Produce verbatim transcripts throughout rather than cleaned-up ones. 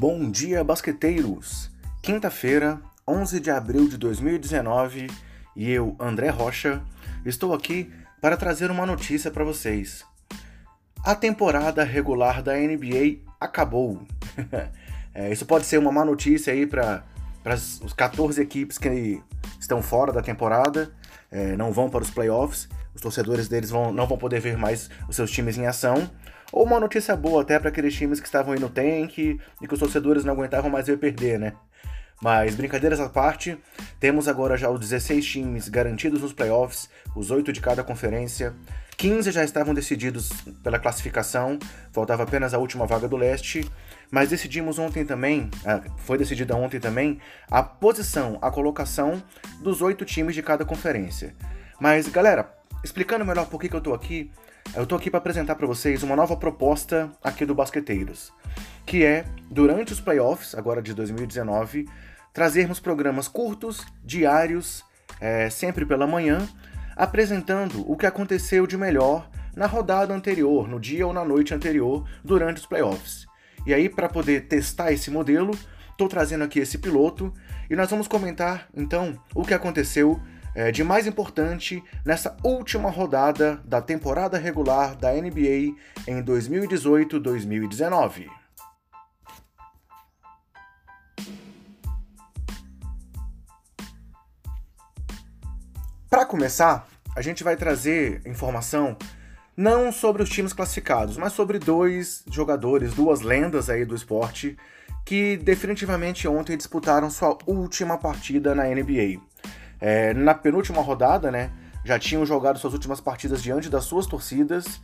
Bom dia, basqueteiros! Quinta-feira, onze de abril de dois mil e dezenove, e eu, André Rocha, estou aqui para trazer uma notícia para vocês. A temporada regular da N B A acabou. é, isso pode ser uma má notícia aí para as quatorze equipes que estão fora da temporada, é, não vão para os playoffs, os torcedores deles vão, não vão poder ver mais os seus times em ação. Ou uma notícia boa até para aqueles times que estavam aí no tank e que os torcedores não aguentavam mais ver perder, né? Mas, brincadeiras à parte, temos agora já os dezesseis times garantidos nos playoffs, os oito de cada conferência. quinze já estavam decididos pela classificação, faltava apenas a última vaga do leste. Mas decidimos ontem também, foi decidida ontem também, a posição, a colocação dos oito times de cada conferência. Mas, galera, explicando melhor por que que eu tô aqui, eu tô aqui para apresentar para vocês uma nova proposta aqui do Basqueteiros, que é, durante os playoffs, agora de dois mil e dezenove, trazermos programas curtos, diários, é, sempre pela manhã, apresentando o que aconteceu de melhor na rodada anterior, no dia ou na noite anterior, durante os playoffs. E aí, para poder testar esse modelo, tô trazendo aqui esse piloto e nós vamos comentar, então, o que aconteceu É, de mais importante nessa última rodada da temporada regular da N B A em dois mil e dezoito dois mil e dezenove. Para começar, a gente vai trazer informação não sobre os times classificados, mas sobre dois jogadores, duas lendas aí do esporte que definitivamente ontem disputaram sua última partida na N B A. É, na penúltima rodada, né, já tinham jogado suas últimas partidas diante das suas torcidas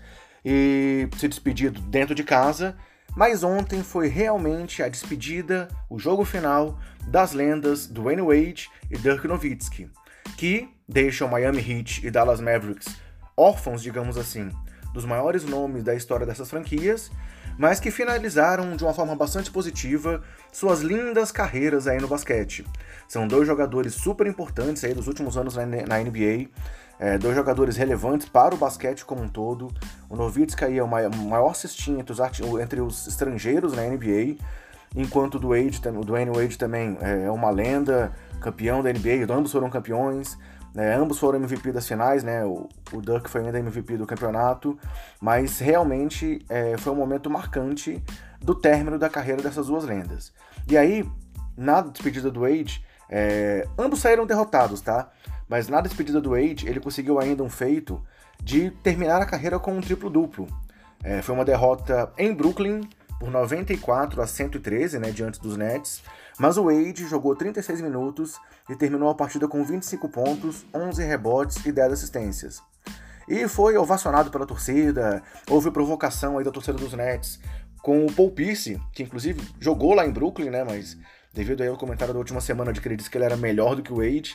e se despedido dentro de casa, mas ontem foi realmente a despedida, o jogo final das lendas Dwyane Wade e Dirk Nowitzki, que deixam Miami Heat e Dallas Mavericks órfãos, digamos assim, dos maiores nomes da história dessas franquias, mas que finalizaram de uma forma bastante positiva suas lindas carreiras aí no basquete. São dois jogadores super importantes aí dos últimos anos na N B A, é, dois jogadores relevantes para o basquete como um todo. O Nowitzki aí é o maior cestinha entre os estrangeiros na N B A, enquanto o Wade, o Dwyane Wade também é uma lenda, campeão da N B A, ambos foram campeões. É, ambos foram M V P das finais, né? O, o Dirk foi ainda M V P do campeonato, mas realmente é, foi um momento marcante do término da carreira dessas duas lendas. E aí, na despedida do Wade, é, ambos saíram derrotados, tá? Mas na despedida do Wade, ele conseguiu ainda um feito de terminar a carreira com um triplo-duplo. É, foi uma derrota em Brooklyn por noventa e quatro a cento e treze, né, diante dos Nets, mas o Wade jogou trinta e seis minutos e terminou a partida com vinte e cinco pontos, onze rebotes e dez assistências. E foi ovacionado pela torcida, houve provocação aí da torcida dos Nets com o Paul Pierce, que inclusive jogou lá em Brooklyn, né, mas devido aí ao comentário da última semana de que ele disse que ele era melhor do que o Wade,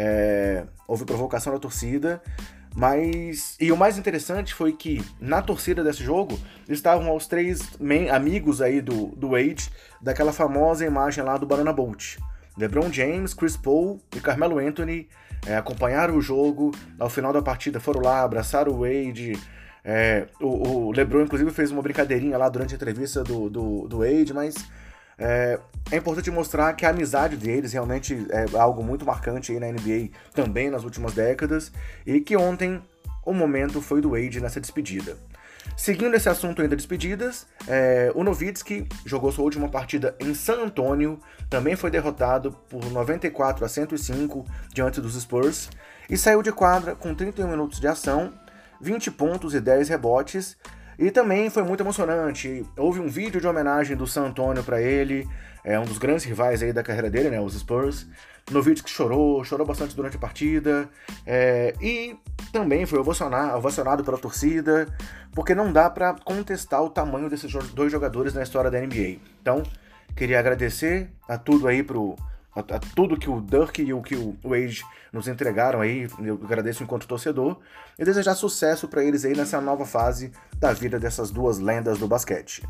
é, houve provocação da torcida. Mas, e o mais interessante foi que na torcida desse jogo estavam os três amigos aí do, do Wade, daquela famosa imagem lá do Banana Boat. LeBron James, Chris Paul e Carmelo Anthony é, acompanharam o jogo, ao final da partida foram lá, abraçaram o Wade. É, o, o LeBron inclusive fez uma brincadeirinha lá durante a entrevista do, do, do Wade, mas É, é importante mostrar que a amizade deles realmente é algo muito marcante aí na N B A também nas últimas décadas e que ontem o momento foi do Wade nessa despedida. Seguindo esse assunto ainda de despedidas, é, o Nowitzki jogou sua última partida em San Antonio, também foi derrotado por noventa e quatro a cento e cinco diante dos Spurs e saiu de quadra com trinta e um minutos de ação, vinte pontos e dez rebotes. E também foi muito emocionante, houve um vídeo de homenagem do San Antonio para ele, é um dos grandes rivais aí da carreira dele, né, os Spurs. Nowitzki chorou, chorou bastante durante a partida, é, e também foi ovacionado, ovacionado pela torcida, porque não dá para contestar o tamanho desses dois jogadores na história da N B A. Então, queria agradecer a tudo aí pro... A, a tudo que o Dirk e o que o Wade nos entregaram aí, eu agradeço enquanto torcedor, e desejar sucesso para eles aí nessa nova fase da vida dessas duas lendas do basquete.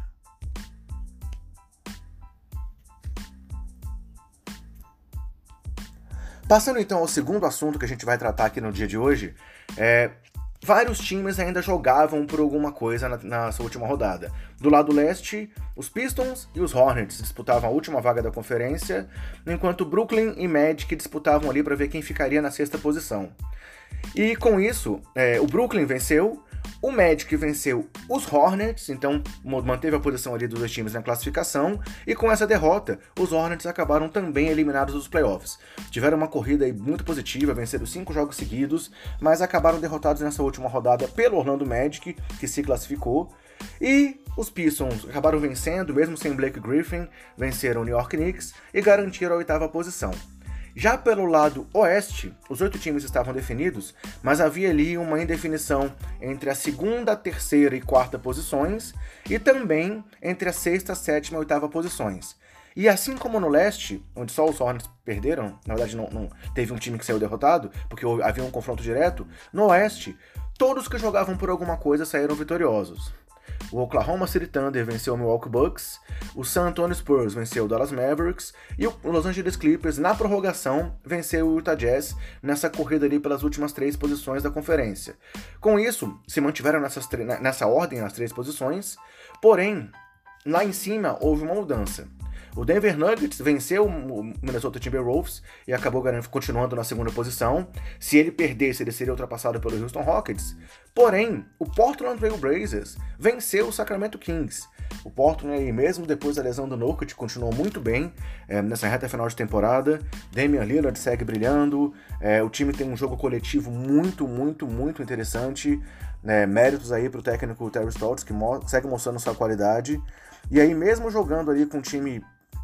Passando então ao segundo assunto que a gente vai tratar aqui no dia de hoje, é, vários times ainda jogavam por alguma coisa na, nessa última rodada. Do lado leste, os Pistons e os Hornets disputavam a última vaga da conferência, enquanto Brooklyn e Magic disputavam ali para ver quem ficaria na sexta posição. E com isso, é, o Brooklyn venceu, o Magic venceu os Hornets, então manteve a posição ali dos dois times na classificação, e com essa derrota, os Hornets acabaram também eliminados dos playoffs. Tiveram uma corrida aí muito positiva, venceram cinco jogos seguidos, mas acabaram derrotados nessa última rodada pelo Orlando Magic, que se classificou, e os Pistons acabaram vencendo, mesmo sem Blake Griffin, venceram o New York Knicks e garantiram a oitava posição. Já pelo lado oeste, os oito times estavam definidos, mas havia ali uma indefinição entre a segunda, terceira e quarta posições e também entre a sexta, sétima e oitava posições. E assim como no leste, onde só os Hornets perderam, na verdade não, não teve um time que saiu derrotado, porque havia um confronto direto, no oeste, todos que jogavam por alguma coisa saíram vitoriosos. O Oklahoma City Thunder venceu o Milwaukee Bucks, o San Antonio Spurs venceu o Dallas Mavericks e o Los Angeles Clippers, na prorrogação, venceu o Utah Jazz nessa corrida ali pelas últimas três posições da conferência. Com isso, se mantiveram nessas nessa ordem as três posições, porém, lá em cima houve uma mudança. O Denver Nuggets venceu o Minnesota Timberwolves e acabou continuando na segunda posição. Se ele perdesse, ele seria ultrapassado pelo Houston Rockets. Porém, o Portland Trail Blazers venceu o Sacramento Kings. O Portland, mesmo depois da lesão do Nurkic, continuou muito bem é, nessa reta final de temporada. Damian Lillard segue brilhando. É, o time tem um jogo coletivo muito, muito, muito interessante. É, méritos aí para o técnico Terry Stotts, que mo- segue mostrando sua qualidade. E aí, mesmo jogando ali com um time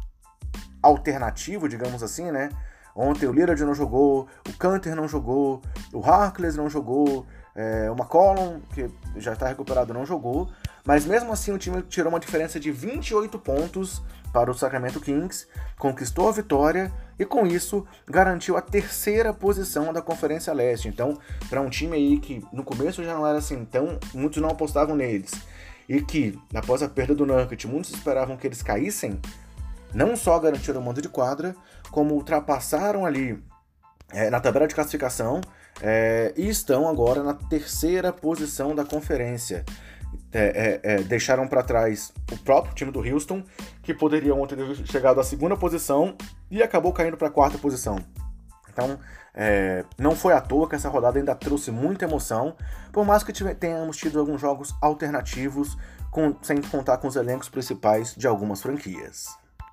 alternativo, digamos assim, né? Ontem o Lillard não jogou, o Kanter não jogou, o Harkless não jogou, é, o McCollum, que já está recuperado, não jogou, mas mesmo assim o time tirou uma diferença de vinte e oito pontos para o Sacramento Kings, conquistou a vitória e com isso garantiu a terceira posição da Conferência Leste. Então, para um time aí que no começo já não era assim tão, muitos não apostavam neles, e que após a perda do Nurkic, muitos esperavam que eles caíssem, não só garantiram o mando de quadra, como ultrapassaram ali é, na tabela de classificação é, e estão agora na terceira posição da conferência. É, é, é, deixaram para trás o próprio time do Houston, que poderia ontem ter chegado à segunda posição e acabou caindo para a quarta posição. Então, é, não foi à toa que essa rodada ainda trouxe muita emoção, por mais que tenhamos tido alguns jogos alternativos, com, sem contar com os elencos principais de algumas franquias.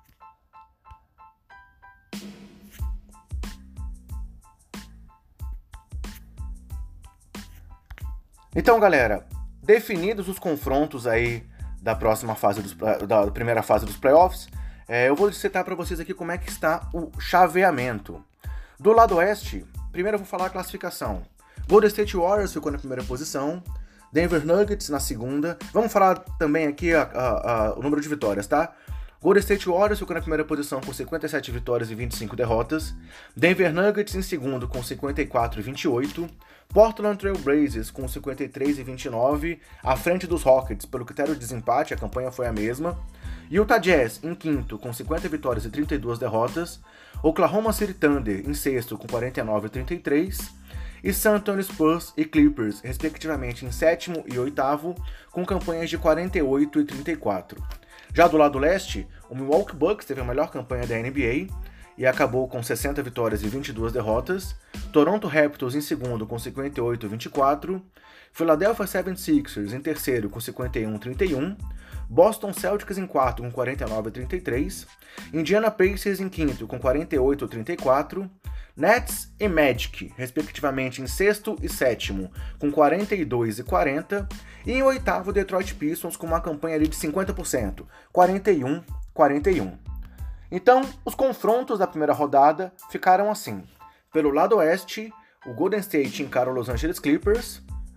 Então, galera, definidos os confrontos aí da próxima fase dos, da primeira fase dos playoffs, é, eu vou citar para vocês aqui como é que está o chaveamento. Do lado oeste, primeiro eu vou falar a classificação. Golden State Warriors ficou na primeira posição, Denver Nuggets na segunda. Vamos falar também aqui a, a, a, o número de vitórias, tá? Golden State Warriors ficou na primeira posição com cinquenta e sete vitórias e vinte e cinco derrotas. Denver Nuggets em segundo com cinquenta e quatro e vinte e oito. Portland Trail Blazers com cinquenta e três e vinte e nove, à frente dos Rockets. Pelo critério de desempate, a campanha foi a mesma. Utah Jazz em quinto com cinquenta vitórias e trinta e duas derrotas. Oklahoma City Thunder em sexto com quarenta e nove e trinta e três. E San Antonio Spurs e Clippers, respectivamente, em sétimo e oitavo, com campanhas de quarenta e oito e trinta e quatro. Já do lado leste, o Milwaukee Bucks teve a melhor campanha da N B A e acabou com sessenta vitórias e vinte e duas derrotas. Toronto Raptors em segundo com cinquenta e oito e vinte e quatro. Philadelphia setenta e seis ers em terceiro com cinquenta e um e trinta e um. Boston Celtics em quarto com quarenta e nove e trinta e três. Indiana Pacers em quinto com quarenta e oito e trinta e quatro. Nets e Magic, respectivamente, em sexto e sétimo, com quarenta e dois e quarenta, e em oitavo, Detroit Pistons, com uma campanha ali de cinquenta por cento, quarenta e um a quarenta e um. Então, os confrontos da primeira rodada ficaram assim. Pelo lado oeste, o Golden State encara o Los Angeles Clippers,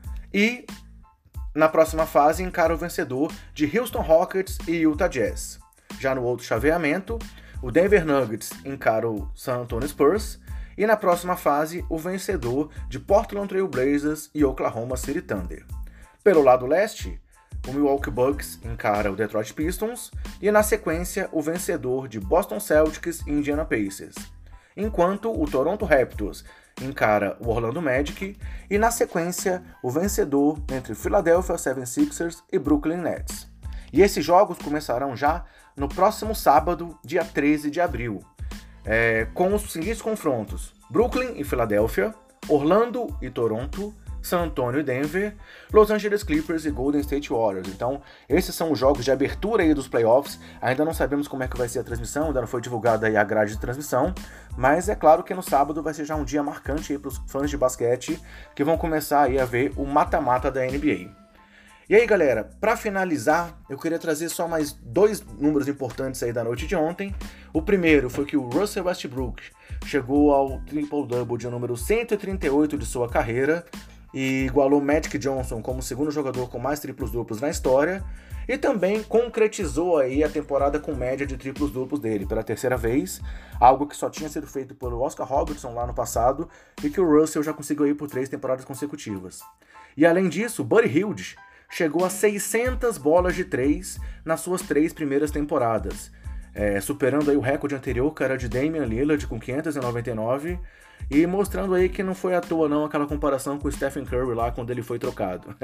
e na próxima fase encara o vencedor de Houston Rockets e Utah Jazz. Já no outro chaveamento, o Denver Nuggets encara o San Antonio Spurs, e na próxima fase, o vencedor de Portland Trail Blazers e Oklahoma City Thunder. Pelo lado leste, o Milwaukee Bucks encara o Detroit Pistons e, na sequência, o vencedor de Boston Celtics e Indiana Pacers. enquanto o Toronto Raptors encara o Orlando Magic e, na sequência, o vencedor entre Philadelphia seventy-sixers e Brooklyn Nets. E esses jogos começarão já no próximo sábado, dia treze de abril, é, com os seguintes confrontos: Brooklyn e Filadélfia, Orlando e Toronto, San Antonio e Denver, Los Angeles Clippers e Golden State Warriors. Então, esses são os jogos de abertura aí dos playoffs. Ainda não sabemos como é que vai ser a transmissão, ainda não foi divulgada aí a grade de transmissão, mas é claro que no sábado vai ser já um dia marcante aí para os fãs de basquete que vão começar aí a ver o mata-mata da N B A. E aí, galera, para finalizar, eu queria trazer só mais dois números importantes aí da noite de ontem. O primeiro foi que o Russell Westbrook chegou ao triple-double de número cento e trinta e oito de sua carreira e igualou Magic Johnson como o segundo jogador com mais triplos-duplos na história, e também concretizou aí a temporada com média de triplos-duplos dele pela terceira vez, algo que só tinha sido feito pelo Oscar Robertson lá no passado e que o Russell já conseguiu aí por três temporadas consecutivas. E além disso, Buddy Hield chegou a seiscentas bolas de três nas suas três primeiras temporadas, é, superando aí o recorde anterior, que era de Damian Lillard com quinhentas e noventa e nove, e mostrando aí que não foi à toa não aquela comparação com o Stephen Curry lá quando ele foi trocado.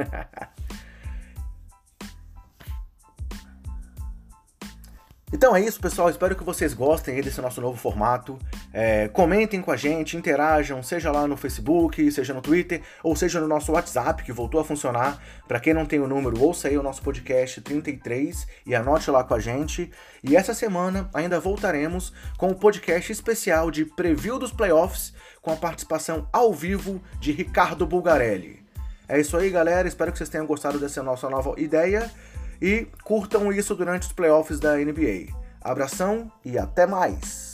Então é isso, pessoal, espero que vocês gostem aí desse nosso novo formato. É, comentem com a gente, interajam, seja lá no Facebook, seja no Twitter, ou seja no nosso WhatsApp, que voltou a funcionar. Para quem não tem o número, ouça aí o nosso podcast trinta e três e anote lá com a gente. E essa semana ainda voltaremos com o podcast especial de preview dos playoffs, com a participação ao vivo de Ricardo Bulgarelli. É isso aí, galera, espero que vocês tenham gostado dessa nossa nova ideia. E curtam isso durante os playoffs da N B A. Abração e até mais!